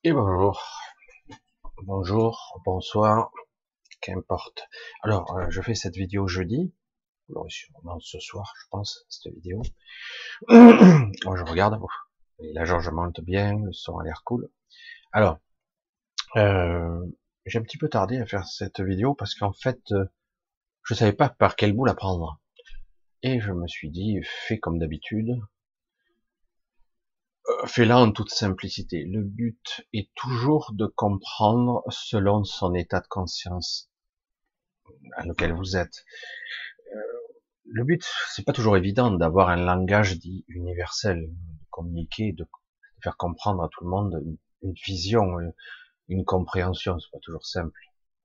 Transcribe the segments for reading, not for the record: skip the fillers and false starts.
Et bonjour, bonjour, bonsoir, qu'importe. Alors, je fais cette vidéo jeudi. Vous l'aurez sûrement ce soir, je pense, cette vidéo. Moi, je regarde. Et la jauge monte bien, le son a l'air cool. Alors, euh, j'ai un petit peu tardé à faire cette vidéo parce qu'en fait, je savais pas par quel bout la prendre. Et je me suis dit, fais comme d'habitude. Fais-la en toute simplicité. Le but est toujours de comprendre selon son état de conscience à lequel vous êtes. Le but, c'est pas toujours évident d'avoir un langage dit universel, de communiquer, de faire comprendre à tout le monde une vision, une compréhension. C'est pas toujours simple.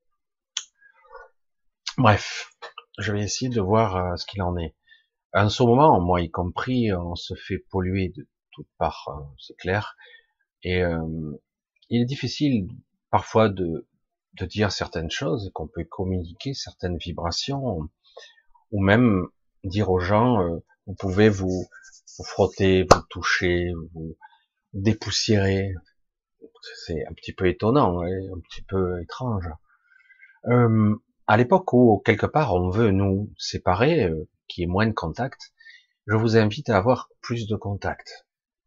Bref, je vais essayer de voir ce qu'il en est. En ce moment, moi y compris, on se fait polluer de toutes parts, c'est clair. Et il est difficile parfois de dire certaines choses, qu'on peut communiquer certaines vibrations, ou même dire aux gens, vous pouvez vous frotter, vous toucher, vous dépoussiérer. C'est un petit peu étonnant, et un petit peu étrange. Euh, à l'époque où quelque part on veut nous séparer, qu'il y ait moins de contact, je vous invite à avoir plus de contact.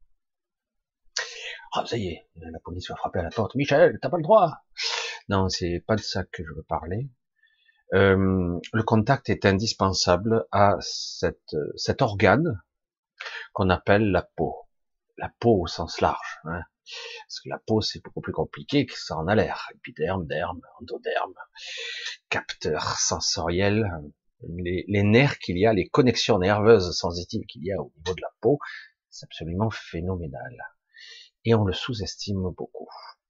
Ah, ça y est, la police va frapper à la porte. Michel, t'as pas le droit. Non, c'est pas de ça que je veux parler. Le contact est indispensable à cet organe qu'on appelle la peau. La peau au sens large, hein. Parce que la peau, c'est beaucoup plus compliqué que ça en a l'air. Épiderme, derme, endoderme, capteurs sensoriels, les nerfs qu'il y a, les connexions nerveuses sensitives qu'il y a au niveau de la peau, c'est absolument phénoménal. Et on le sous-estime beaucoup.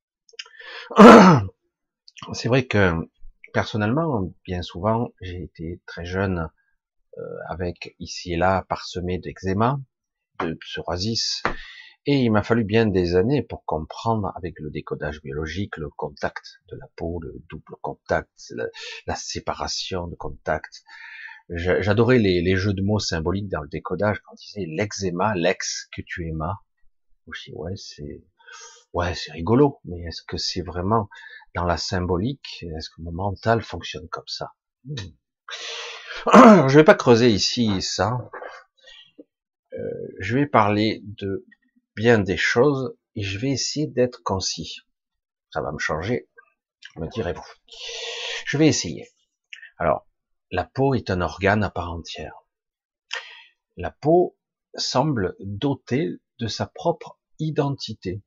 C'est vrai que, personnellement, bien souvent, j'ai été très jeune, avec ici et là parsemé d'eczéma, de psoriasis, et il m'a fallu bien des années pour comprendre avec le décodage biologique, le contact de la peau, le double contact, la séparation de contact. J'adorais les jeux de mots symboliques dans le décodage quand on disait l'eczéma, l'ex que tu aimas. Je dis ouais c'est rigolo, mais est-ce que c'est vraiment dans la symbolique? Est-ce que mon mental fonctionne comme ça? Je vais pas creuser ici ça. Je vais parler de bien des choses et je vais essayer d'être concis. Ça va me changer, me direz-vous. Je vais essayer. Alors, la peau est un organe à part entière. La peau semble dotée de sa propre identité.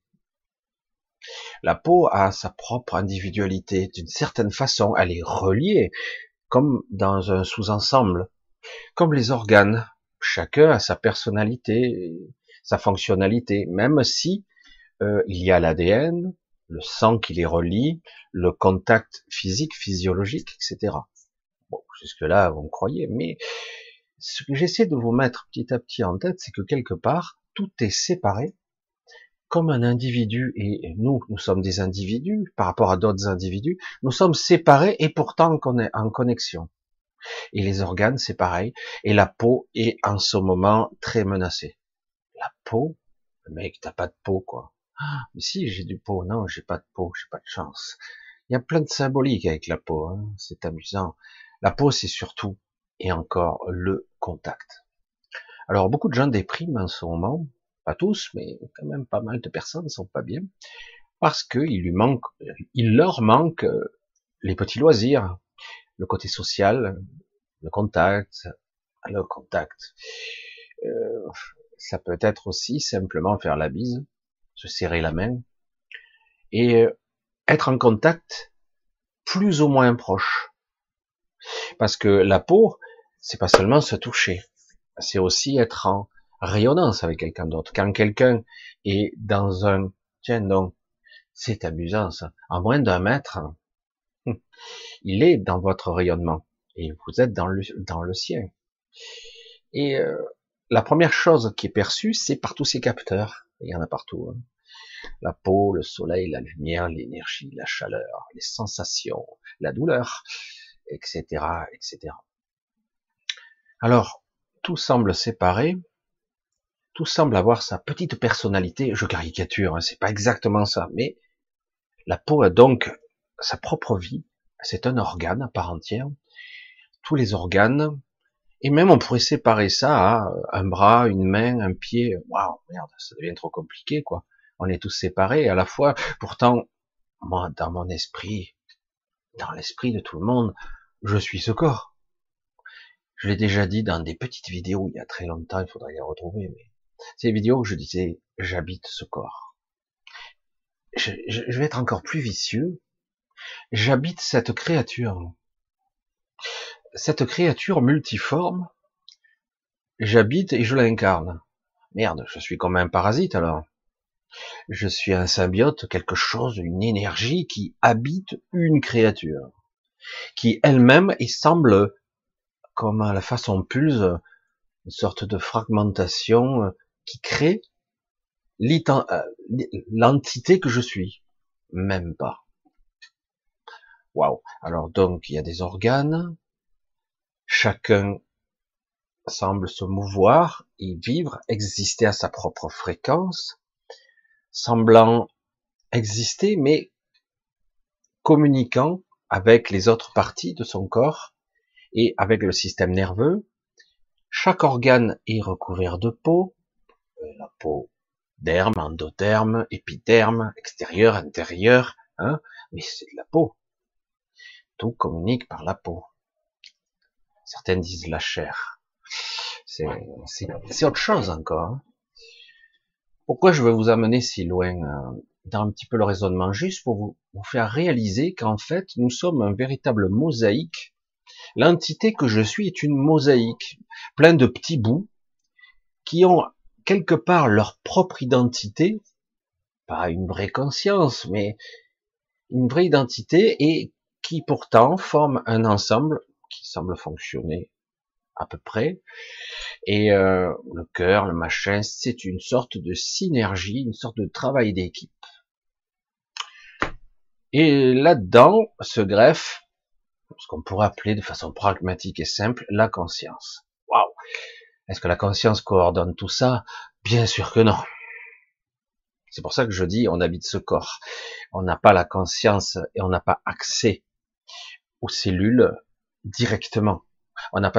La peau a sa propre individualité. D'une certaine façon, elle est reliée, comme dans un sous-ensemble, comme les organes. Chacun a sa personnalité, sa fonctionnalité, même si il y a l'ADN, le sang qui les relie, le contact physique, physiologique, etc. Bon, jusque-là, vous me croyez, mais ce que j'essaie de vous mettre petit à petit en tête, c'est que quelque part, tout est séparé, comme un individu, et nous sommes des individus, par rapport à d'autres individus, nous sommes séparés et pourtant on est en connexion. Et les organes, c'est pareil, et la peau est en ce moment très menacée. La peau? Mec, t'as pas de peau, quoi. Ah, mais si, j'ai du peau. Non, j'ai pas de peau, j'ai pas de chance. Il y a plein de symboliques avec la peau, hein. C'est amusant. La peau, c'est surtout, et encore, le contact. Alors, beaucoup de gens dépriment en ce moment, pas tous, mais quand même pas mal de personnes ne sont pas bien, parce il leur manque les petits loisirs, le côté social, le contact, le contact. Euh, Ça peut être aussi simplement faire la bise, se serrer la main, et être en contact plus ou moins proche. Parce que la peau, c'est pas seulement se toucher, c'est aussi être en rayonnance avec quelqu'un d'autre. Quand quelqu'un est dans un, tiens donc, c'est amusant ça, à moins d'un mètre, il est dans votre rayonnement et vous êtes dans le sien. Et la première chose qui est perçue, c'est par tous ces capteurs. Il y en a partout, hein. La peau, le soleil, la lumière, l'énergie, la chaleur, les sensations, la douleur, etc., etc. Alors, tout semble séparé, tout semble avoir sa petite personnalité. Je caricature, hein, c'est pas exactement ça, mais La peau a donc sa propre vie, c'est un organe à part entière, tous les organes, et même on pourrait séparer ça à un bras, une main, un pied. Waouh, merde, ça devient trop compliqué, quoi. On est tous séparés à la fois. Pourtant, moi, dans mon esprit, dans l'esprit de tout le monde, je suis ce corps. Je l'ai déjà dit dans des petites vidéos il y a très longtemps, il faudrait les retrouver, mais c'est des vidéos où je disais, j'habite ce corps. Je vais être encore plus vicieux. J'habite cette créature. Cette créature multiforme, j'habite et je l'incarne. Merde, je suis comme un parasite alors. Je suis un symbiote, quelque chose, une énergie qui habite une créature, qui elle-même et semble, comme à la façon pulse, une sorte de fragmentation qui crée l'entité que je suis. Même pas. Waouh. Alors donc, il y a des organes, chacun semble se mouvoir et vivre, exister à sa propre fréquence, semblant exister, mais communiquant avec les autres parties de son corps et avec le système nerveux. Chaque organe est recouvert de peau, la peau derme, endotherme, épiderme, extérieur, intérieur, hein, mais c'est de la peau. Tout communique par la peau. Certains disent la chair. C'est autre chose encore. Hein. Pourquoi je veux vous amener si loin dans un petit peu le raisonnement, juste pour vous faire réaliser qu'en fait, nous sommes un véritable mosaïque. L'entité que je suis est une mosaïque, plein de petits bouts qui ont quelque part leur propre identité, pas une vraie conscience, mais une vraie identité et qui pourtant forment un ensemble qui semble fonctionner à peu près. Et le cœur, le machin, c'est une sorte de synergie, une sorte de travail d'équipe. Et là-dedans se greffe ce qu'on pourrait appeler de façon pragmatique et simple la conscience. Waouh! Est-ce que la conscience coordonne tout ça? Bien sûr que non. C'est pour ça que je dis on habite ce corps. On n'a pas la conscience et on n'a pas accès aux cellules directement. On n'a pas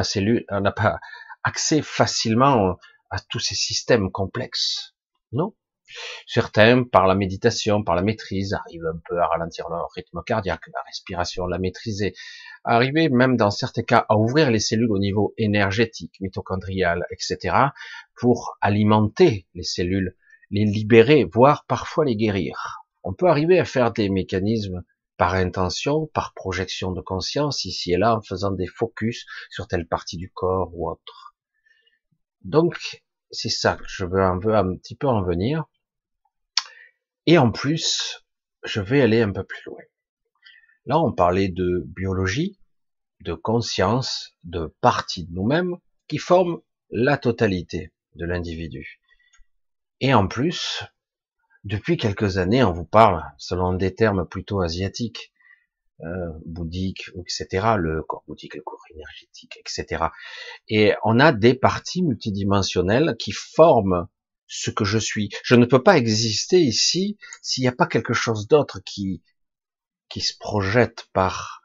accès facilement à tous ces systèmes complexes. Non. Certains, par la méditation, par la maîtrise, arrivent un peu à ralentir leur rythme cardiaque, la respiration, la maîtriser, arriver même dans certains cas à ouvrir les cellules au niveau énergétique, mitochondrial, etc., pour alimenter les cellules, les libérer, voire parfois les guérir. On peut arriver à faire des mécanismes par intention, par projection de conscience, ici et là, en faisant des focus sur telle partie du corps ou autre. Donc, c'est ça que je veux un petit peu en venir. Et en plus, je vais aller un peu plus loin. Là, on parlait de biologie, de conscience, de partie de nous-mêmes qui forment la totalité de l'individu. Et en plus, depuis quelques années, on vous parle, selon des termes plutôt asiatiques, bouddhiques, etc., le corps bouddhique, le corps énergétique, etc. Et on a des parties multidimensionnelles qui forment ce que je suis. Je ne peux pas exister ici s'il n'y a pas quelque chose d'autre qui se projette par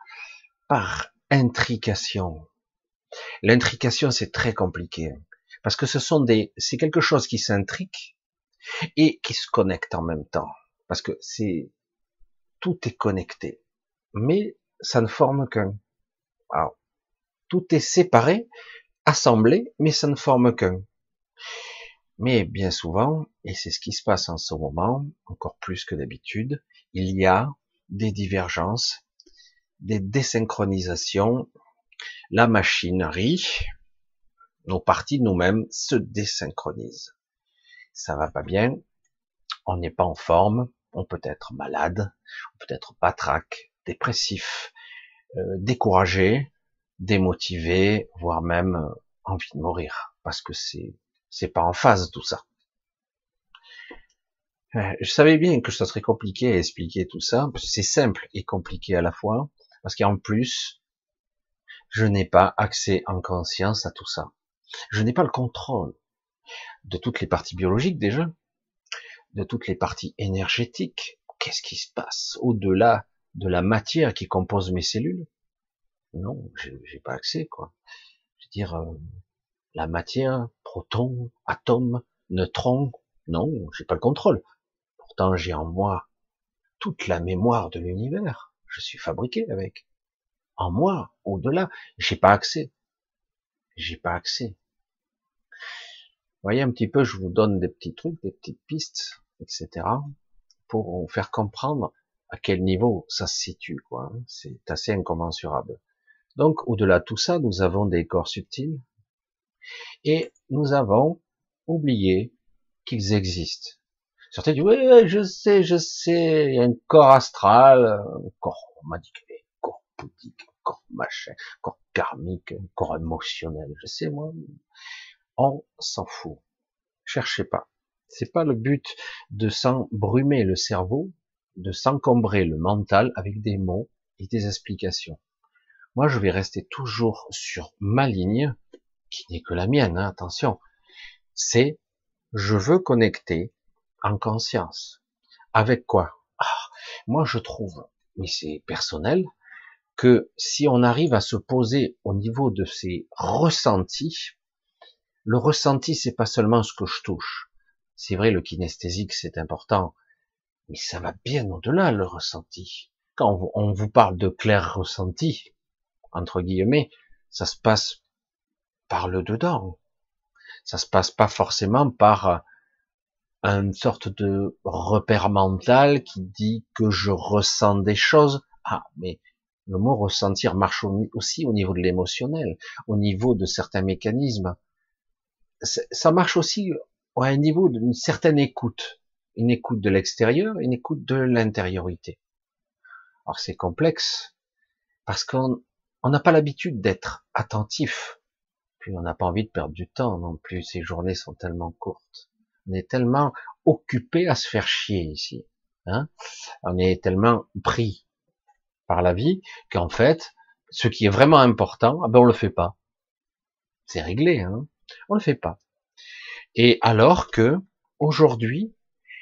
intrication. L'intrication, c'est très compliqué. Parce que c'est quelque chose qui s'intrique et qui se connecte en même temps. Parce que tout est connecté. Mais ça ne forme qu'un. Alors, tout est séparé, assemblé, mais ça ne forme qu'un. Mais bien souvent, et c'est ce qui se passe en ce moment, encore plus que d'habitude, il y a des divergences, des désynchronisations, la machinerie, nos parties de nous-mêmes se désynchronisent. Ça va pas bien, on n'est pas en forme, on peut être malade, on peut être patraque, dépressif, découragé, démotivé, voire même envie de mourir, parce que c'est pas en phase tout ça. Je savais bien que ça serait compliqué à expliquer tout ça, parce que c'est simple et compliqué à la fois, parce qu'en plus, je n'ai pas accès en conscience à tout ça. Je n'ai pas le contrôle de toutes les parties biologiques déjà, de toutes les parties énergétiques, qu'est-ce qui se passe au-delà de la matière qui compose mes cellules? Non, j'ai pas accès, quoi. Je veux dire, la matière, protons, atomes, neutrons, non, j'ai pas le contrôle. Pourtant, j'ai en moi toute la mémoire de l'univers. Je suis fabriqué avec. En moi, au-delà, j'ai pas accès. J'ai pas accès. Vous voyez un petit peu, je vous donne des petits trucs, des petites pistes, etc. pour vous faire comprendre à quel niveau ça se situe, quoi. C'est assez incommensurable. Donc, au-delà de tout ça, nous avons des corps subtils et nous avons oublié qu'ils existent. Certains disent, oui, ouais, je sais, il y a un corps astral, un corps, on m'a dit qu'il y avait un corps bouddhique, un corps machin, un corps karmique, un corps émotionnel, je sais, moi. On s'en fout. Cherchez pas. C'est pas le but de s'embrumer le cerveau, de s'encombrer le mental avec des mots et des explications. Moi, je vais rester toujours sur ma ligne, qui n'est que la mienne, hein, attention. C'est, je veux connecter en conscience. Avec quoi? Moi, je trouve, mais c'est personnel, que si on arrive à se poser au niveau de ces ressentis, le ressenti, c'est pas seulement ce que je touche. C'est vrai, le kinesthésique, c'est important, mais ça va bien au-delà, le ressenti. Quand on vous parle de clair ressenti, entre guillemets, ça se passe par le dedans. Ça se passe pas forcément par une sorte de repère mental qui dit que je ressens des choses. Ah, mais le mot ressentir marche aussi au niveau de l'émotionnel, au niveau de certains mécanismes. Ça marche aussi à un niveau d'une certaine écoute. Une écoute de l'extérieur, une écoute de l'intériorité. Alors c'est complexe, parce qu'on n'a pas l'habitude d'être attentif. Puis on n'a pas envie de perdre du temps non plus, ces journées sont tellement courtes. On est tellement occupé à se faire chier ici. Hein, on est tellement pris par la vie qu'en fait, ce qui est vraiment important, on le fait pas. C'est réglé, hein, on le fait pas. Et alors que aujourd'hui,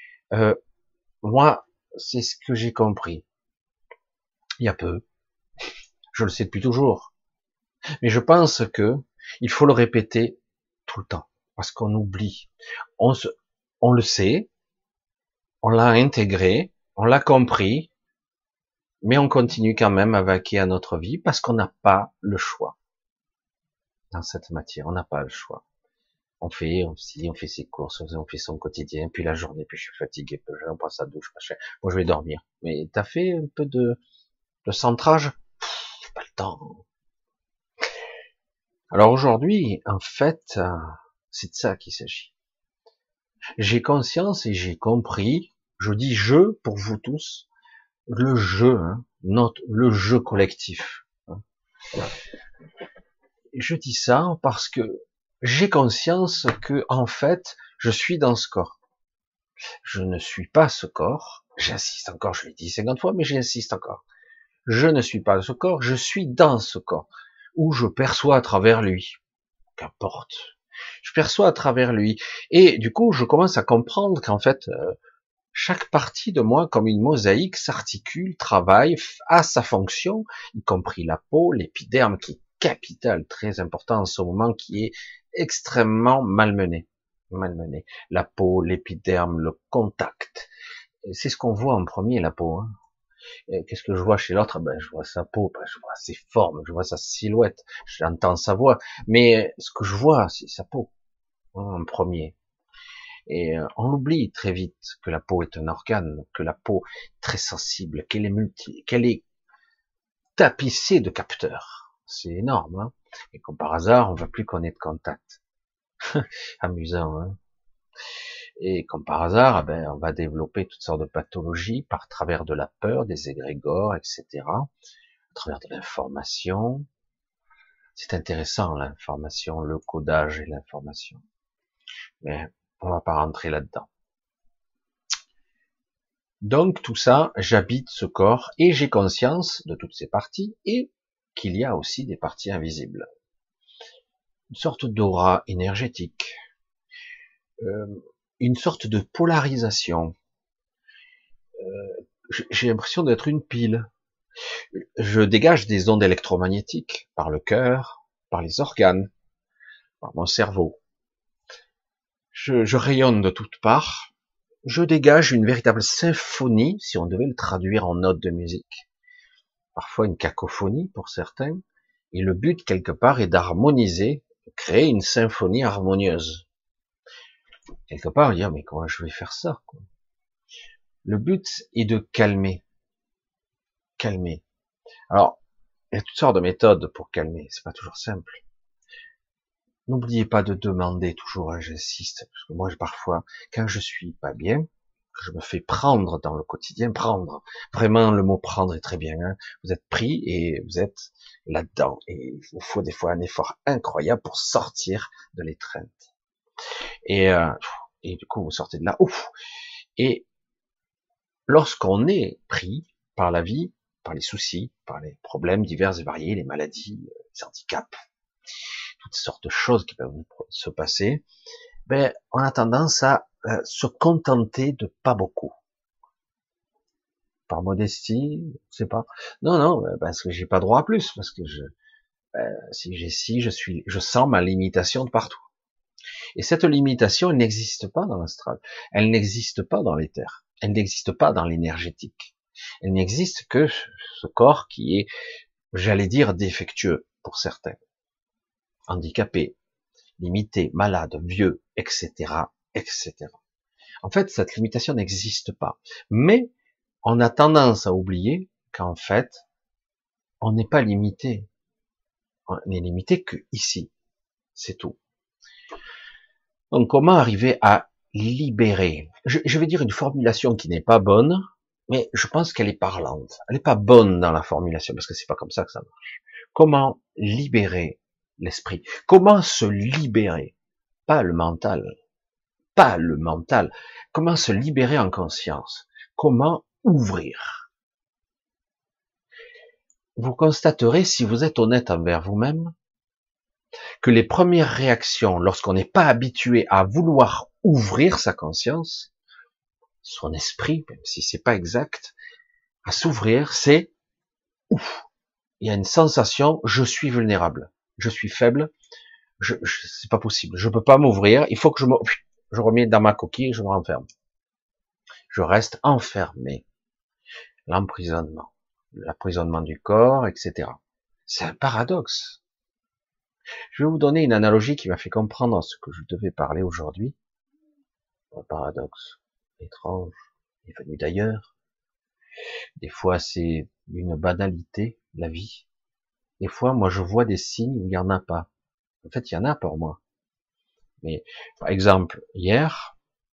moi, c'est ce que j'ai compris. Il y a peu, je le sais depuis toujours, mais je pense que il faut le répéter tout le temps, parce qu'on oublie. On le sait, on l'a intégré, on l'a compris, mais on continue quand même à vaquer à notre vie parce qu'on n'a pas le choix dans cette matière. On n'a pas le choix. On fait ses courses, on fait son quotidien, puis la journée, puis je suis fatigué, puis on prend sa douche, machin. Bon, je vais dormir. Mais t'as fait un peu de centrage? J'ai pas le temps. Alors aujourd'hui, en fait, c'est de ça qu'il s'agit. J'ai conscience et j'ai compris, je dis je pour vous tous, le jeu, hein, le jeu collectif. Hein. Je dis ça parce que j'ai conscience que, en fait, je suis dans ce corps. Je ne suis pas ce corps. J'insiste encore, je l'ai dit 50 fois, mais j'insiste encore. Je ne suis pas ce corps, je suis dans ce corps, où je perçois à travers lui. Qu'importe. Je perçois à travers lui. Et du coup, je commence à comprendre qu'en fait, chaque partie de moi, comme une mosaïque, s'articule, travaille, a sa fonction, y compris la peau, l'épiderme, qui est capital, très important en ce moment, qui est extrêmement malmené. Malmené. La peau, l'épiderme, le contact. C'est ce qu'on voit en premier, la peau. Hein. Qu'est-ce que je vois chez l'autre? Ben, je vois sa peau, ben, je vois ses formes, je vois sa silhouette, j'entends sa voix. Mais ce que je vois, c'est sa peau, hein, en premier. Et on oublie très vite que la peau est un organe, que la peau est très sensible, qu'elle est tapissée de capteurs. C'est énorme. Hein, et comme par hasard, on ne va plus qu'on ait de contact. Amusant. Hein. Et comme par hasard, on va développer toutes sortes de pathologies par travers de la peur, des égrégores, etc. À travers de l'information. C'est intéressant, l'information, le codage et l'information. Mais on va pas rentrer là-dedans. Donc tout ça, j'habite ce corps et j'ai conscience de toutes ces parties et qu'il y a aussi des parties invisibles. Une sorte d'aura énergétique, une sorte de polarisation j'ai l'impression d'être une pile. Je dégage des ondes électromagnétiques par le cœur, par les organes, par mon cerveau. Je rayonne de toutes parts. Je dégage une véritable symphonie, si on devait le traduire en notes de musique. Parfois une cacophonie pour certains. Et le but, quelque part, est d'harmoniser, de créer une symphonie harmonieuse. Quelque part, dire, mais comment je vais faire ça, quoi? Le but est de calmer. Calmer. Alors, il y a toutes sortes de méthodes pour calmer. C'est pas toujours simple. N'oubliez pas de demander toujours, hein, j'insiste, parce que moi, parfois, quand je suis pas bien, que je me fais prendre dans le quotidien, prendre, vraiment le mot prendre est très bien, hein. Vous êtes pris et vous êtes là-dedans, et il vous faut des fois un effort incroyable pour sortir de l'étreinte. Et, euh, et du coup, vous sortez de là, ouf. Et lorsqu'on est pris par la vie, par les soucis, par les problèmes divers et variés, les maladies, les handicaps, toutes sortes de choses qui peuvent se passer, ben, on a tendance à se contenter de pas beaucoup. Par modestie, je sais pas. Non, non, parce que j'ai pas droit à plus, parce que si j'ai si, je sens ma limitation de partout. Et cette limitation, elle n'existe pas dans l'astral. Elle n'existe pas dans l'éther. Elle n'existe pas dans l'énergétique. Elle n'existe que ce corps qui est, j'allais dire, défectueux pour certains, handicapé, limité, malade, vieux, etc., etc. En fait, cette limitation n'existe pas. Mais on a tendance à oublier qu'en fait, on n'est pas limité. On n'est limité que ici. C'est tout. Donc, comment arriver à libérer? Je vais dire une formulation qui n'est pas bonne, mais je pense qu'elle est parlante. Elle n'est pas bonne dans la formulation, parce que c'est pas comme ça que ça marche. Comment libérer l'esprit? Comment se libérer? Pas le mental. Pas le mental. Comment se libérer en conscience? Comment ouvrir? Vous constaterez, si vous êtes honnête envers vous-même, que les premières réactions, lorsqu'on n'est pas habitué à vouloir ouvrir sa conscience, son esprit, même si c'est pas exact, à s'ouvrir, c'est ouf. Il y a une sensation, je suis vulnérable, je suis faible, c'est pas possible, je peux pas m'ouvrir, il faut que je remets dans ma coquille, je me renferme. Je reste enfermé. L'emprisonnement du corps, etc. C'est un paradoxe. Je vais vous donner une analogie qui m'a fait comprendre ce que je devais parler aujourd'hui. Un paradoxe étrange, est venu d'ailleurs. Des fois, c'est une banalité, la vie. Des fois, moi, je vois des signes où il n'y en a pas. En fait, il y en a pour moi. Mais, par exemple, hier,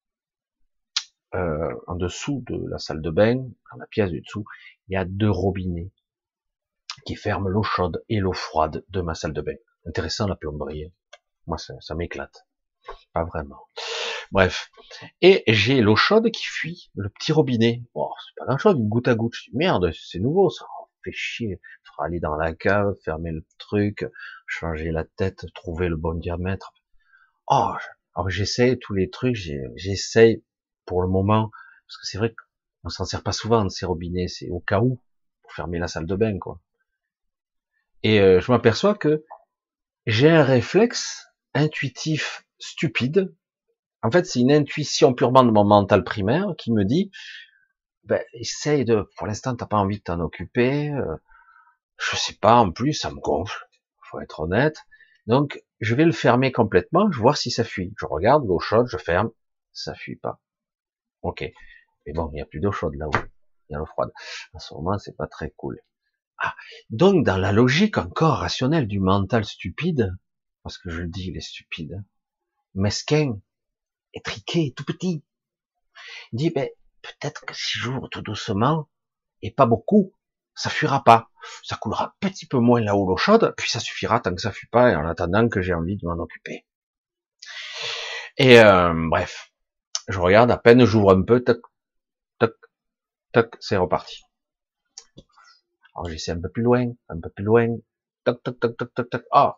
en dessous de la salle de bain, dans la pièce du dessous, il y a 2 robinets qui ferment l'eau chaude et l'eau froide de ma salle de bain. Intéressant, la plomberie. Moi, ça m'éclate. Pas vraiment. Bref. Et j'ai l'eau chaude qui fuit, le petit robinet. Bon, c'est pas grand chose, une goutte à goutte. Je dis, merde, c'est nouveau, ça. Oh, fait chier. Faudra aller dans la cave, fermer le truc, changer la tête, trouver le bon diamètre. Oh, alors j'essaye tous les trucs, j'essaye pour le moment, parce que c'est vrai qu'on s'en sert pas souvent de ces robinets, c'est au cas où, pour fermer la salle de bain, quoi. Et je m'aperçois que j'ai un réflexe intuitif stupide. En fait, c'est une intuition purement de mon mental primaire qui me dit, ben, essaye de, pour l'instant, t'as pas envie de t'en occuper, je sais pas, en plus, ça me gonfle, faut être honnête. Donc, je vais le fermer complètement, je vais voir si ça fuit. Je regarde, l'eau chaude, je ferme, ça fuit pas. Ok. Mais bon, il n'y a plus d'eau chaude là-haut. Il y a l'eau froide. En ce moment, c'est pas très cool. Ah. Donc, dans la logique encore rationnelle du mental stupide, parce que je le dis, il est stupide, mesquin, étriqué, tout petit, il dit, ben, peut-être que si j'ouvre tout doucement, et pas beaucoup, ça fuira pas. Ça coulera un petit peu moins là-haut l'eau chaude, puis ça suffira tant que ça fuit pas, et en attendant que j'ai envie de m'en occuper. Et bref, je regarde, à peine j'ouvre un peu, tac, tac, tac, c'est reparti. Alors j'essaie un peu plus loin, tac, tac, tac, tac, tac, tac, ah.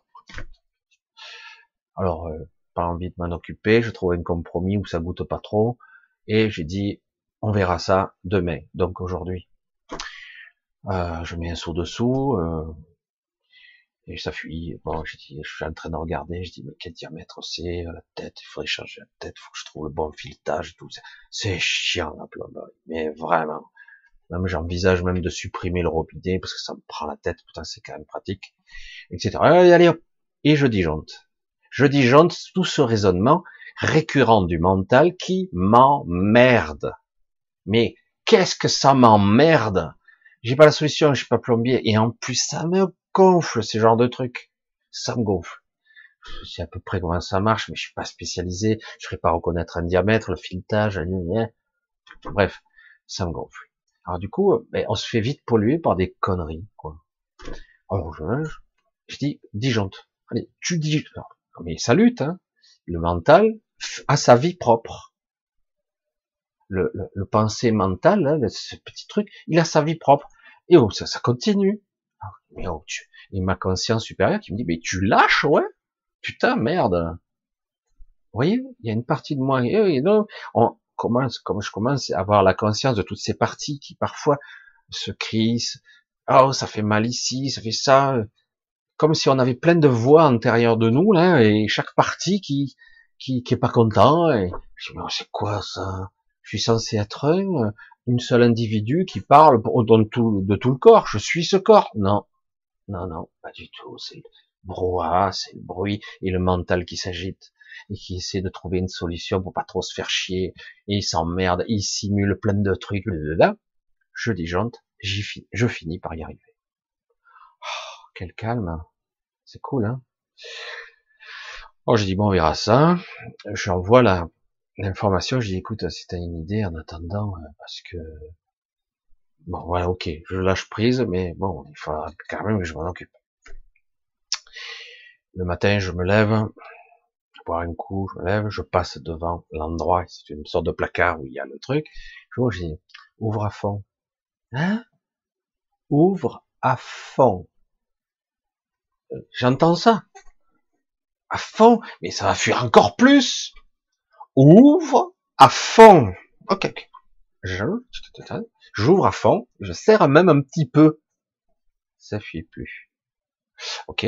Alors, pas envie de m'en occuper, je trouve un compromis où ça goûte pas trop, et j'ai dit, On verra ça demain. Donc aujourd'hui, je mets un saut dessous, et ça fuit. Bon, je suis en train de regarder, je dis, mais quel diamètre c'est, la tête, il faudrait changer la tête, il faut que je trouve le bon filetage, tout ça. C'est chiant, la plomberie. Mais vraiment. Même, j'envisage même de supprimer le robinet, parce que ça me prend la tête, putain, c'est quand même pratique, etc. Allez, allez, hop. Et je disjoncte. Je disjoncte tout ce raisonnement récurrent du mental qui m'emmerde. Mais qu'est-ce que ça m'emmerde? J'ai pas la solution, je suis pas plombier, et en plus ça me gonfle ce genre de truc. Ça me gonfle. Je sais à peu près comment ça marche, mais je suis pas spécialisé. Je ne saurais pas reconnaître un diamètre, le filetage, bref, ça me gonfle. Alors du coup, on se fait vite polluer par des conneries, quoi. Alors je dis, disjoncte. Allez, tu dis, mais ça lutte, hein. Le mental a sa vie propre. Le pensée mental, là, ce petit truc, il a sa vie propre. Et oh, ça continue. Mais oh, et ma conscience supérieure qui me dit, mais tu lâches, ouais? Putain, merde. Vous voyez, il y a une partie de moi, et non, on commence, comme je commence à avoir la conscience de toutes ces parties qui parfois se crient, oh, ça fait mal ici, ça fait ça, comme si on avait plein de voix intérieures de nous, là, et chaque partie qui est pas content, et je dis, mais c'est quoi ça? Je suis censé être une seule individu qui parle de tout le corps, je suis ce corps. Non, non, non, pas du tout, c'est le brouhaha, c'est le bruit, et le mental qui s'agite, et qui essaie de trouver une solution pour pas trop se faire chier, et il s'emmerde, il simule plein de trucs, là, je disjoncte, je finis par y arriver. Oh, quel calme, c'est cool, hein. Oh, je dis, bon, on verra ça. J'envoie l'information, je dis, écoute, si t'as une idée en attendant, parce que, bon, voilà, ok, je lâche prise, mais bon, il faut quand même que je m'en occupe. Le matin, je me lève, boire un coup, je me lève, je passe devant l'endroit, c'est une sorte de placard où il y a le truc. Je dis, ouvre à fond. Hein? Ouvre à fond. J'entends ça. À fond, mais ça va fuir encore plus. Ouvre à fond. Ok. J'ouvre à fond, je serre même un petit peu. Ça fuit plus. Ok.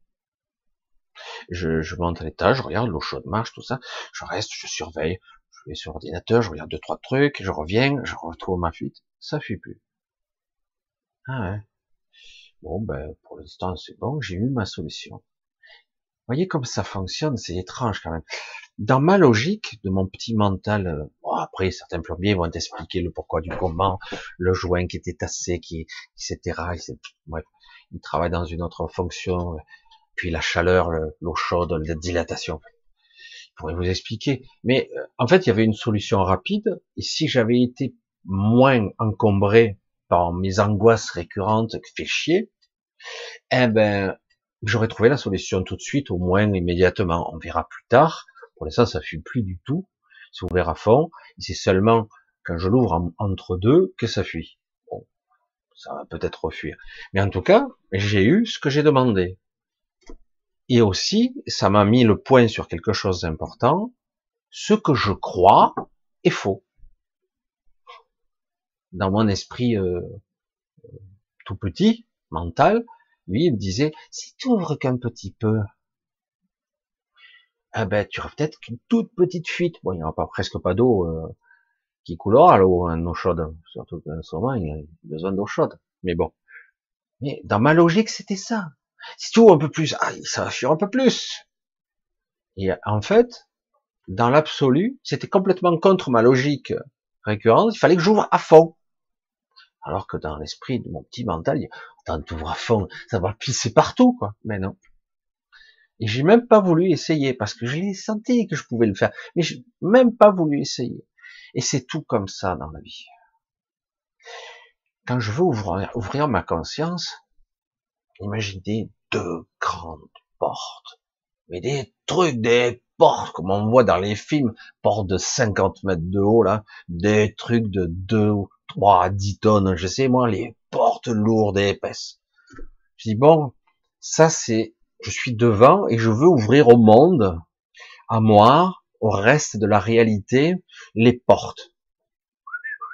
Je monte à l'étage, je regarde, l'eau chaude marche, tout ça. Je reste, je surveille. Je vais sur l'ordinateur, je regarde deux, trois trucs, je reviens, je retrouve ma fuite. Ça fuit plus. Ah ouais. Bon, ben, pour l'instant, c'est bon, j'ai eu ma solution. Vous voyez comme ça fonctionne, c'est étrange quand même. Dans ma logique de mon petit mental, bon, après certains plombiers vont t'expliquer le pourquoi du comment, le joint qui était tassé, etc. Bref, ils travaillent dans une autre fonction, puis la chaleur, l'eau chaude, la dilatation. Je pourrais vous expliquer. Mais en fait, il y avait une solution rapide, et si j'avais été moins encombré par mes angoisses récurrentes qui fait chier, eh ben, j'aurais trouvé la solution tout de suite, au moins immédiatement. On verra plus tard. Pour l'instant, ça fuit plus du tout. C'est ouvert à fond. Et c'est seulement quand je l'ouvre entre deux que ça fuit. Bon, ça va peut-être refuir. Mais en tout cas, j'ai eu ce que j'ai demandé. Et aussi, ça m'a mis le point sur quelque chose d'important. Ce que je crois est faux. Dans mon esprit tout petit, mental, lui, il me disait, si tu ouvres qu'un petit peu, ah ben, tu auras peut-être qu'une toute petite fuite. Bon, il n'y aura pas, presque pas d'eau qui coulera, l'eau, en eau chaude. Surtout qu'en ce moment, il a besoin d'eau chaude. Mais bon. Mais dans ma logique, c'était ça. Si tu ouvres un peu plus, ah, ça va fuir un peu plus. Et en fait, dans l'absolu, c'était complètement contre ma logique récurrente. Il fallait que j'ouvre à fond. Alors que dans l'esprit de mon petit mental, attends, t'ouvres à fond, ça va pisser partout, quoi. Mais non. Et j'ai même pas voulu essayer, parce que j'ai senti que je pouvais le faire. Mais j'ai même pas voulu essayer. Et c'est tout comme ça dans la vie. Quand je veux ouvrir ma conscience, imaginez deux grandes portes. Mais des trucs, des portes, comme on voit dans les films, portes de 50 mètres de haut, là, des trucs de 2, 3, 10 tonnes, je sais moi, les portes lourdes et épaisses. Je dis, bon, ça c'est, je suis devant et je veux ouvrir au monde, à moi, au reste de la réalité, les portes.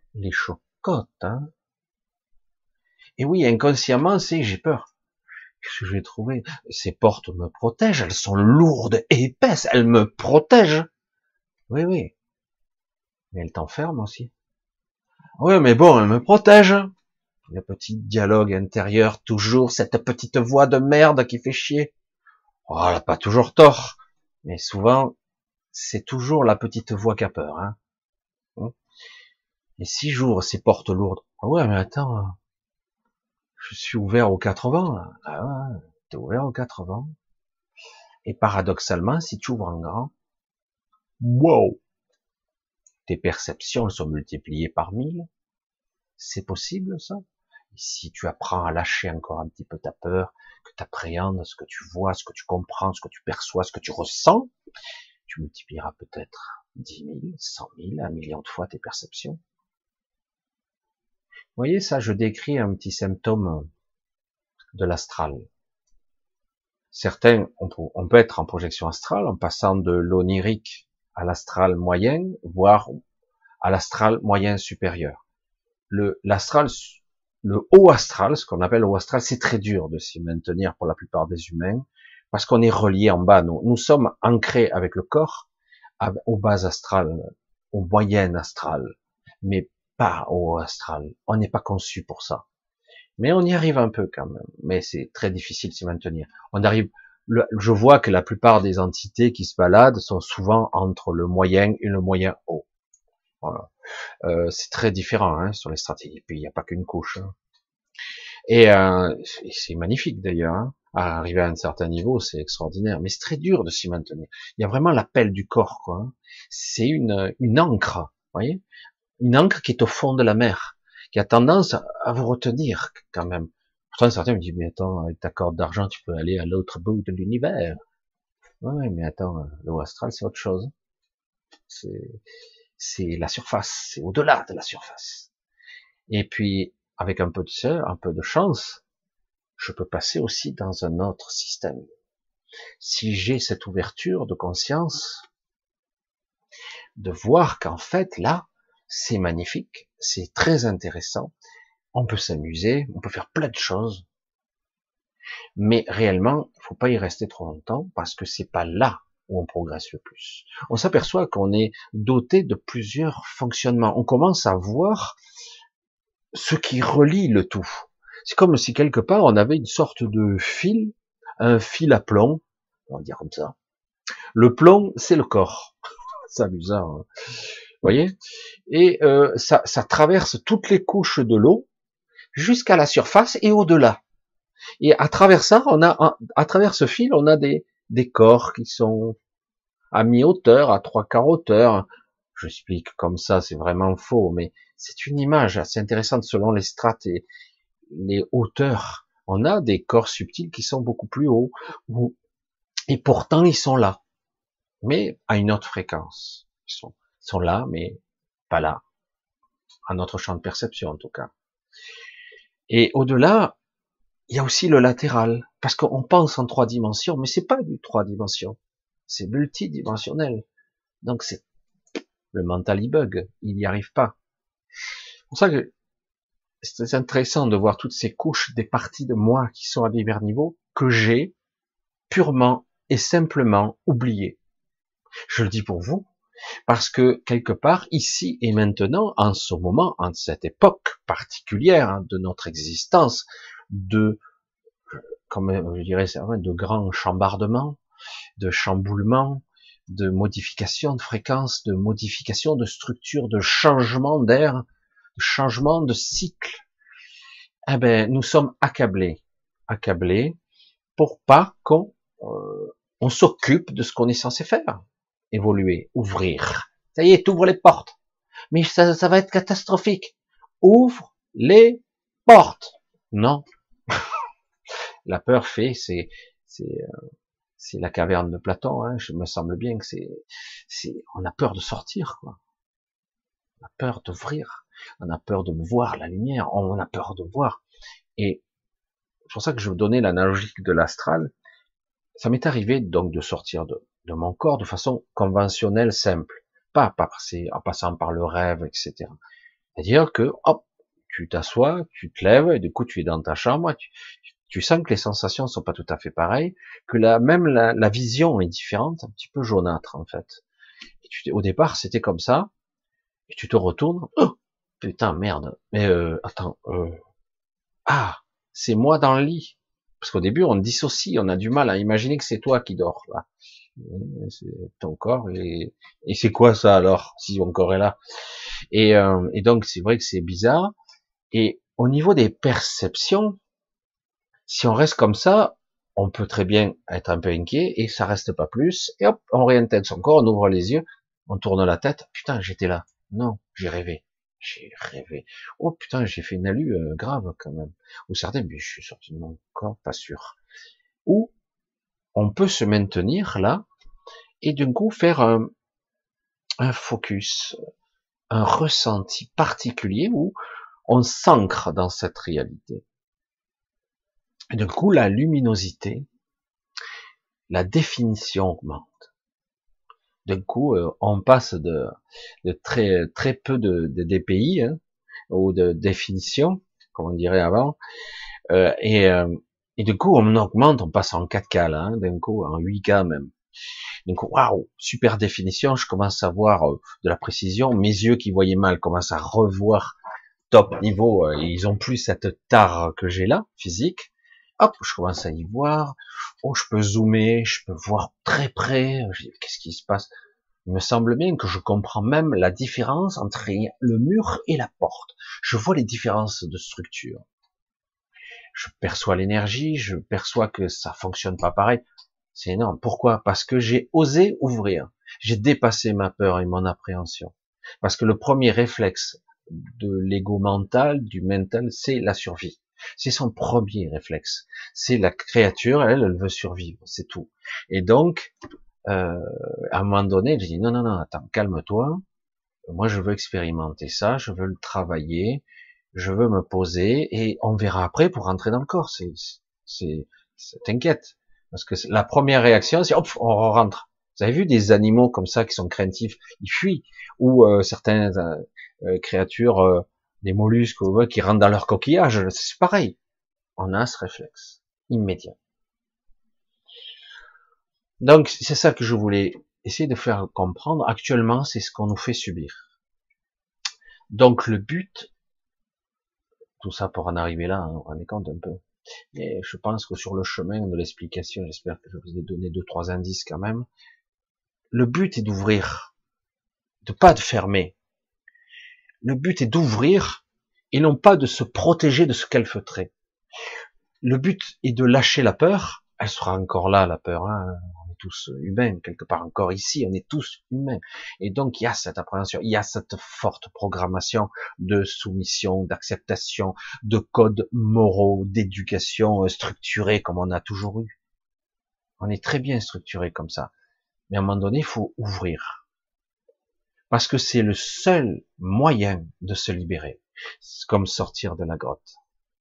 les chocottes, hein. Et oui, inconsciemment, c'est j'ai peur. Qu'est-ce que je vais trouver? Ces portes me protègent, elles sont lourdes et épaisses, elles me protègent. Oui, oui, mais elles t'enferment aussi. Oui, mais bon, elles me protègent. Le petit dialogue intérieur, toujours cette petite voix de merde qui fait chier. Oh, elle a pas toujours tort, mais souvent, c'est toujours la petite voix qui a peur, hein. Et si j'ouvre ces portes lourdes, ah ouais, mais attends, je suis ouvert aux 80, là. Ah ouais, t'es ouvert aux 80. Et paradoxalement, si tu ouvres en grand, wow, tes perceptions sont multipliées par 1000. C'est possible, ça? Et si tu apprends à lâcher encore un petit peu ta peur, que tu appréhendes ce que tu vois, ce que tu comprends, ce que tu perçois, ce que tu ressens, tu multiplieras peut-être 10 000, 100 000, 1 million de fois tes perceptions. Vous voyez, ça, je décris un petit symptôme de l'astral. Certains, on peut être en projection astrale en passant de l'onirique à l'astral moyen, voire à l'astral moyen supérieur. L'astral, le haut astral, ce qu'on appelle le haut astral, c'est très dur de s'y maintenir pour la plupart des humains, parce qu'on est relié en bas. Nous sommes ancrés avec le corps au bas astral, au moyen astral, mais pas au haut astral. On n'est pas conçu pour ça. Mais on y arrive un peu quand même. Mais c'est très difficile de s'y maintenir. On arrive. Je vois que la plupart des entités qui se baladent sont souvent entre le moyen et le moyen haut. Voilà. C'est très différent hein, sur les stratégies. Et puis il n'y a pas qu'une couche. Hein. Et c'est magnifique d'ailleurs. Hein. À arriver à un certain niveau, c'est extraordinaire. Mais c'est très dur de s'y maintenir. Il y a vraiment l'appel du corps. Quoi. Hein. C'est une ancre. Vous voyez, une ancre qui est au fond de la mer, qui a tendance à vous retenir quand même. Pourtant, certains me disent, mais attends, avec ta corde d'argent, tu peux aller à l'autre bout de l'univers. Ouais, mais attends, l'eau astral, c'est autre chose. C'est la surface, c'est au-delà de la surface. Et puis, avec un peu de chance, je peux passer aussi dans un autre système. Si j'ai cette ouverture de conscience, de voir qu'en fait, là, c'est magnifique, c'est très intéressant, on peut s'amuser, on peut faire plein de choses, mais réellement, il faut pas y rester trop longtemps parce que c'est pas là où on progresse le plus. On s'aperçoit qu'on est doté de plusieurs fonctionnements. On commence à voir ce qui relie le tout. C'est comme si quelque part on avait une sorte de fil, un fil à plomb, on va dire comme ça. Le plomb, c'est le corps. C'est amusant, hein. Vous voyez. Et ça traverse toutes les couches de l'eau jusqu'à la surface et au-delà. Et à travers ça, à travers ce fil, on a des corps qui sont à mi-hauteur, à trois quarts hauteur. J'explique comme ça, c'est vraiment faux, mais c'est une image assez intéressante selon les strates et les hauteurs. On a des corps subtils qui sont beaucoup plus hauts, et pourtant ils sont là, mais à une autre fréquence. Ils sont là, mais pas là, à notre champ de perception en tout cas. Et au-delà, il y a aussi le latéral, parce qu'on pense en 3 dimensions, mais c'est pas du 3 dimensions, c'est multidimensionnel. Donc c'est le mental bug, il n'y arrive pas. C'est pour ça que c'est intéressant de voir toutes ces couches des parties de moi qui sont à divers niveaux que j'ai purement et simplement oubliées. Je le dis pour vous, parce que quelque part, ici et maintenant, en ce moment, en cette époque particulière hein, de notre existence, comme je dirais, de grands chambardements, de chamboulements, de modification de fréquence, de modification de structure, de changement d'air, de changement de cycle. Eh ben, nous sommes accablés pour pas qu'on on s'occupe de ce qu'on est censé faire, évoluer, ouvrir. Ça y est, t'ouvres les portes. Mais ça va être catastrophique. Ouvre les portes. Non. La peur fait, c'est la caverne de Platon, hein, je me semble bien que on a peur de sortir, quoi. On a peur d'ouvrir, on a peur de voir la lumière, on a peur de voir. Et c'est pour ça que je vous donnais l'analogie de l'astral. Ça m'est arrivé donc de sortir de mon corps de façon conventionnelle, simple, pas en passant par le rêve, etc. C'est-à-dire que, hop, tu t'assois, tu te lèves, et du coup, tu es dans ta chambre, tu sens que les sensations sont pas tout à fait pareilles, que même la vision est différente, un petit peu jaunâtre, en fait. Et au départ, c'était comme ça, et tu te retournes, oh, putain, merde, mais attends, ah, c'est moi dans le lit. Parce qu'au début, on dissocie, on a du mal à imaginer que c'est toi qui dors, là. C'est ton corps, et c'est quoi ça alors, si mon corps est là? Et donc, c'est vrai que c'est bizarre. Et au niveau des perceptions, si on reste comme ça, on peut très bien être un peu inquiet, et ça reste pas plus, et hop, on réintègre son corps, on ouvre les yeux, on tourne la tête, putain, j'étais là. Non, j'ai rêvé. J'ai rêvé. Oh putain, j'ai fait une alu grave quand même. Ou certains, mais je suis sorti de mon corps, pas sûr. Ou on peut se maintenir là, et d'un coup faire un focus, un ressenti particulier où on s'ancre dans cette réalité. Et d'un coup, la luminosité, la définition augmente. D'un coup, on passe de très peu de DPI, hein, ou de définition, comme on dirait avant, euh, et, euh, et du coup, on augmente, on passe en 4K là, hein, d'un coup, en 8K même. Donc, waouh, super définition, je commence à voir de la précision, mes yeux qui voyaient mal commencent à revoir top niveau, ils ont plus cette tare que j'ai là, physique. Hop, je commence à y voir. Oh, je peux zoomer, je peux voir très près. Je dis, qu'est-ce qui se passe? Il me semble bien que je comprends même la différence entre le mur et la porte. Je vois les différences de structure. Je perçois l'énergie, je perçois que ça fonctionne pas pareil. C'est énorme. Pourquoi? Parce que j'ai osé ouvrir. J'ai dépassé ma peur et mon appréhension. Parce que le premier réflexe de l'ego mental, du mental, c'est la survie. C'est son premier réflexe. C'est la créature, elle veut survivre, c'est tout. Et donc, à un moment donné, j'ai dit non, non, non, attends, calme-toi. Moi, je veux expérimenter ça, je veux le travailler, je veux me poser, et on verra après pour rentrer dans le corps. T'inquiète, parce que la première réaction, c'est hop, on rentre. Vous avez vu des animaux comme ça qui sont craintifs, ils fuient, ou certaines créatures, des mollusques qui rentrent dans leur coquillage, c'est pareil. On a ce réflexe immédiat. Donc c'est ça que je voulais essayer de faire comprendre. Actuellement, c'est ce qu'on nous fait subir. Donc le but, tout ça pour en arriver là, hein, on rendez compte un peu. Et je pense que sur le chemin de l'explication, j'espère que je vous ai donné deux, trois indices quand même. Le but est d'ouvrir, de pas de fermer. Le but est d'ouvrir et non pas de se protéger de ce qu'elle feutrait. Le but est de lâcher la peur. Elle sera encore là, la peur. Hein. On est tous humains, quelque part encore ici, on est tous humains. Et donc, il y a cette appréhension, il y a cette forte programmation de soumission, d'acceptation, de codes moraux, d'éducation structurée comme on a toujours eu. On est très bien structuré comme ça. Mais à un moment donné, il faut ouvrir. Parce que c'est le seul moyen de se libérer. C'est comme sortir de la grotte.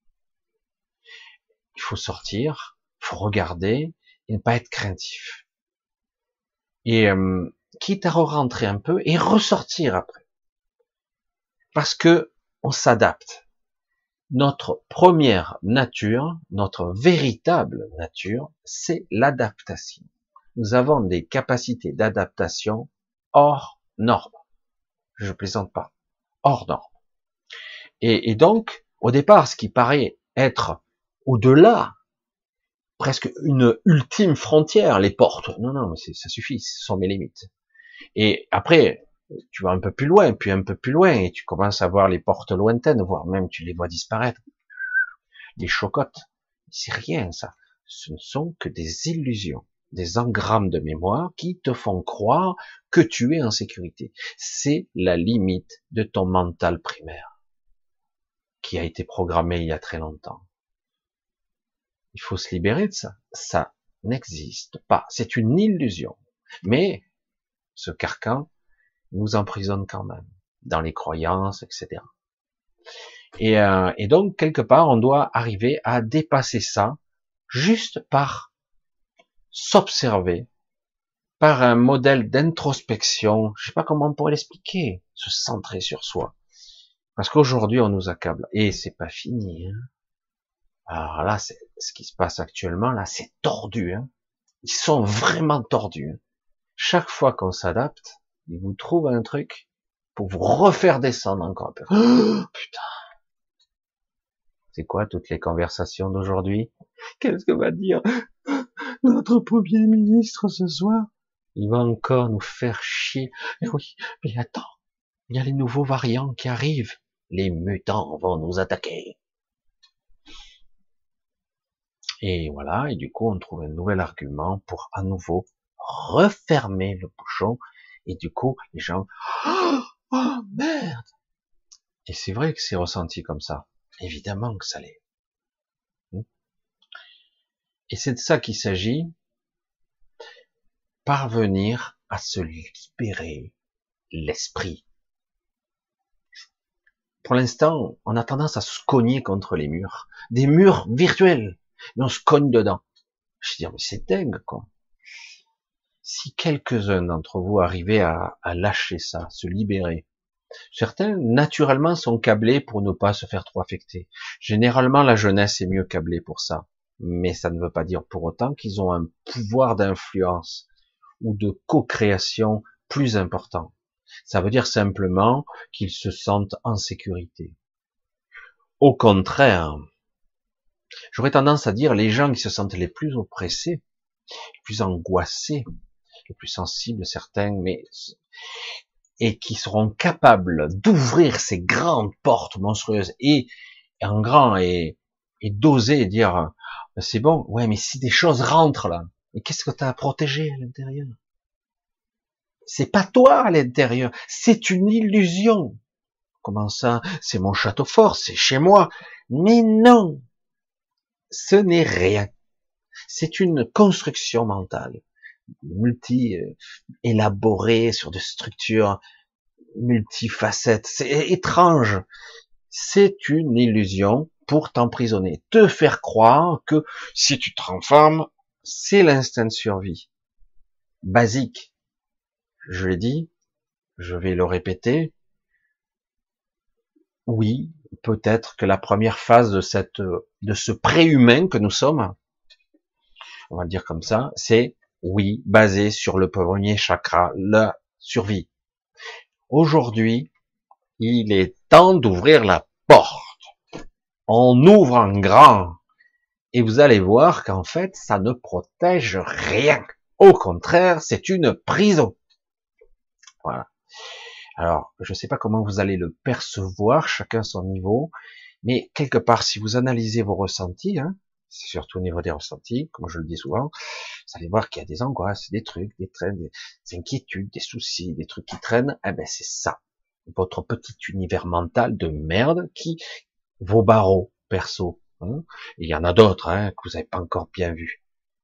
Il faut sortir, il faut regarder et ne pas être craintif. Et quitte à re-rentrer un peu et ressortir après. Parce que on s'adapte. Notre première nature, notre véritable nature, c'est l'adaptation. Nous avons des capacités d'adaptation hors normes. Je plaisante pas. Hors normes. Et donc, au départ, ce qui paraît être au-delà, presque une ultime frontière, les portes. Non, non, ça suffit, ce sont mes limites. Et après, tu vas un peu plus loin, puis un peu plus loin, et tu commences à voir les portes lointaines, voire même tu les vois disparaître. Les chocottes, c'est rien ça. Ce ne sont que des illusions, des engrammes de mémoire qui te font croire que tu es en sécurité. C'est la limite de ton mental primaire, qui a été programmé il y a très longtemps. Il faut se libérer de ça. Ça n'existe pas. C'est une illusion. Mais ce carcan nous emprisonne quand même dans les croyances, etc. Et donc, quelque part, on doit arriver à dépasser ça juste par s'observer, par un modèle d'introspection. Je sais pas comment on pourrait l'expliquer. Se centrer sur soi. Parce qu'aujourd'hui, on nous accable. Et c'est pas fini, hein. Alors là, c'est ce qui se passe actuellement, là, c'est tordu, hein. Ils sont vraiment tordus, hein. Chaque fois qu'on s'adapte, ils vous trouvent un truc pour vous refaire descendre encore un peu. Oh, putain. C'est quoi toutes les conversations d'aujourd'hui? Qu'est-ce que va dire notre premier ministre ce soir? Il va encore nous faire chier. Et oui, mais attends, il y a les nouveaux variants qui arrivent. Les mutants vont nous attaquer. Et voilà, et du coup, on trouve un nouvel argument pour à nouveau refermer le bouchon. Et du coup, les gens, oh merde! Et c'est vrai que c'est ressenti comme ça. Évidemment que ça l'est. Et c'est de ça qu'il s'agit, parvenir à se libérer l'esprit. Pour l'instant, on a tendance à se cogner contre les murs. Des murs virtuels. Mais on se cogne dedans. Je veux dire, mais c'est dingue, quoi. Si quelques-uns d'entre vous arrivaient à lâcher ça, se libérer, certains, naturellement, sont câblés pour ne pas se faire trop affecter. Généralement, la jeunesse est mieux câblée pour ça. Mais ça ne veut pas dire pour autant qu'ils ont un pouvoir d'influence ou de co-création plus important. Ça veut dire simplement qu'ils se sentent en sécurité. Au contraire, j'aurais tendance à dire les gens qui se sentent les plus oppressés, les plus angoissés, les plus sensibles certains, mais et qui seront capables d'ouvrir ces grandes portes monstrueuses et en grand et d'oser dire c'est bon, ouais, mais si des choses rentrent là, mais qu'est-ce que tu as à protéger à l'intérieur? C'est pas toi à l'intérieur, c'est une illusion. Comment ça? C'est mon château fort, c'est chez moi. Mais non, ce n'est rien. C'est une construction mentale, élaborée sur des structures multifacettes. C'est étrange. C'est une illusion pour t'emprisonner, te faire croire que si tu te transformes, c'est l'instinct de survie. Basique. Je l'ai dit, je vais le répéter. Oui, peut-être que la première phase de ce préhumain que nous sommes, on va le dire comme ça, c'est, oui, basé sur le premier chakra, la survie. Aujourd'hui, il est temps d'ouvrir la porte. On ouvre en grand. Et vous allez voir qu'en fait, ça ne protège rien. Au contraire, c'est une prison. Voilà. Alors, je ne sais pas comment vous allez le percevoir, chacun son niveau, mais quelque part, si vous analysez vos ressentis, hein, c'est surtout au niveau des ressentis, comme je le dis souvent, vous allez voir qu'il y a des angoisses, des trucs, des traînes, des inquiétudes, des soucis, des trucs qui traînent. Eh ben, c'est ça. Votre petit univers mental de merde vos barreaux perso. Hein. Il y en a d'autres hein, que vous n'avez pas encore bien vu.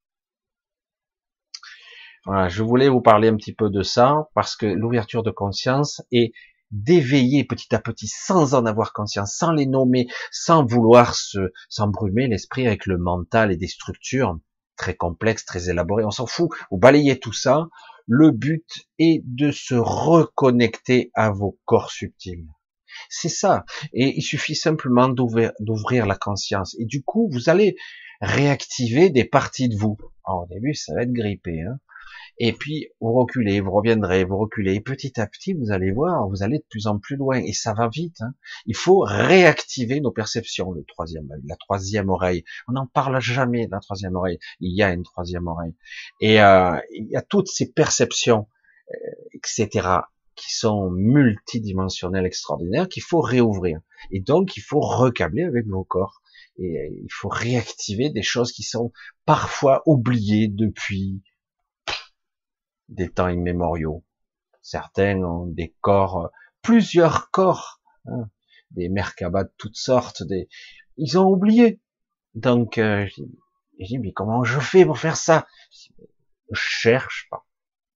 Voilà, je voulais vous parler un petit peu de ça parce que l'ouverture de conscience est d'éveiller petit à petit sans en avoir conscience, sans les nommer, sans vouloir s'embrumer l'esprit avec le mental et des structures très complexes, très élaborées. On s'en fout. Vous balayez tout ça. Le but est de se reconnecter à vos corps subtils. C'est ça. Et il suffit simplement d'ouvrir la conscience. Et du coup, vous allez réactiver des parties de vous. Alors, au début, ça va être grippé, hein. Et puis, vous reculez, vous reviendrez, vous reculez. Et petit à petit, vous allez voir, vous allez de plus en plus loin. Et ça va vite, hein. Il faut réactiver nos perceptions, la troisième oreille. On n'en parle jamais de la troisième oreille. Il y a une troisième oreille. Et il y a toutes ces perceptions, etc., qui sont multidimensionnelles, extraordinaires, qu'il faut réouvrir. Et donc, il faut recabler avec vos corps. Et il faut réactiver des choses qui sont parfois oubliées depuis des temps immémoriaux. Certains ont des corps, plusieurs corps, hein, des Merkabah de toutes sortes, ils ont oublié. Donc, je dis, mais comment je fais pour faire ça? Je cherche pas.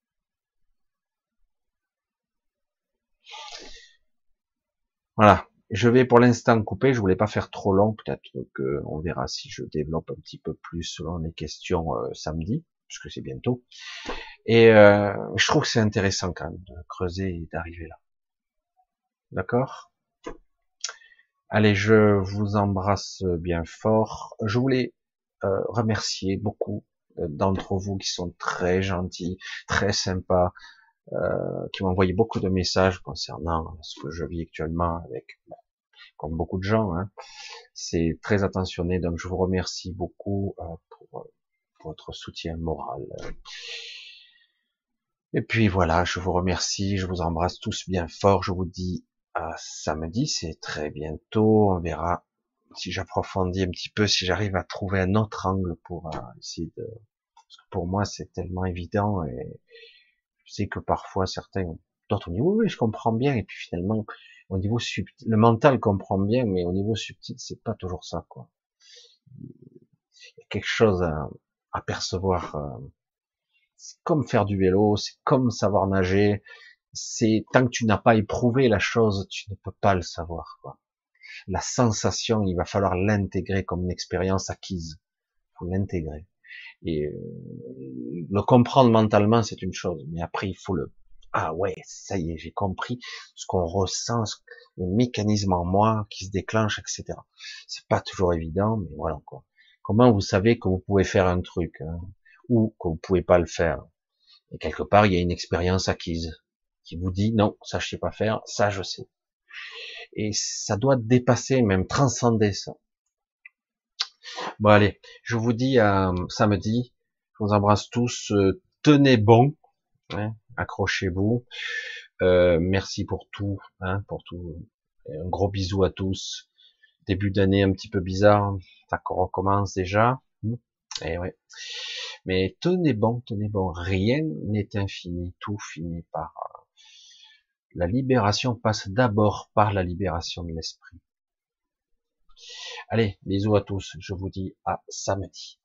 Voilà. Je vais pour l'instant couper. Je voulais pas faire trop long. Peut-être que on verra si je développe un petit peu plus selon les questions samedi, puisque c'est bientôt. Et je trouve que c'est intéressant quand même de creuser et d'arriver là. D'accord? Allez, je vous embrasse bien fort. Je voulais remercier beaucoup d'entre vous qui sont très gentils, très sympas, qui m'ont envoyé beaucoup de messages concernant ce que je vis actuellement avec, comme beaucoup de gens, hein. C'est très attentionné, donc je vous remercie beaucoup pour votre soutien moral. Et puis voilà, je vous remercie, je vous embrasse tous bien fort, je vous dis à samedi, c'est très bientôt, on verra si j'approfondis un petit peu, si j'arrive à trouver un autre angle pour essayer de... Parce que pour moi, c'est tellement évident, et je sais que parfois certains, d'autres disent oui, oui, je comprends bien, et puis finalement, au niveau subtil, le mental comprend bien, mais au niveau subtil, c'est pas toujours ça, quoi. Il y a quelque chose à percevoir. C'est comme faire du vélo, c'est comme savoir nager. C'est tant que tu n'as pas éprouvé la chose, tu ne peux pas le savoir, quoi. La sensation, il va falloir l'intégrer comme une expérience acquise. Il faut l'intégrer. Et le comprendre mentalement, c'est une chose, mais après, il faut le... Ah ouais, ça y est, j'ai compris ce qu'on ressent, les mécanismes en moi qui se déclenchent, etc. C'est pas toujours évident, mais voilà, quoi. Comment vous savez que vous pouvez faire un truc, hein, ou que vous pouvez pas le faire? Et quelque part, il y a une expérience acquise qui vous dit non, ça je sais pas faire, ça je sais. Et ça doit dépasser, même transcender ça. Bon allez, je vous dis à samedi. Je vous embrasse tous. Tenez bon, hein, accrochez-vous. Merci pour tout, hein, pour tout. Et un gros bisou à tous. Début d'année un petit peu bizarre, ça recommence déjà. Et ouais. Mais tenez bon, tenez bon. Rien n'est infini, tout finit par. La libération passe d'abord par la libération de l'esprit. Allez, bisous à tous. Je vous dis à samedi.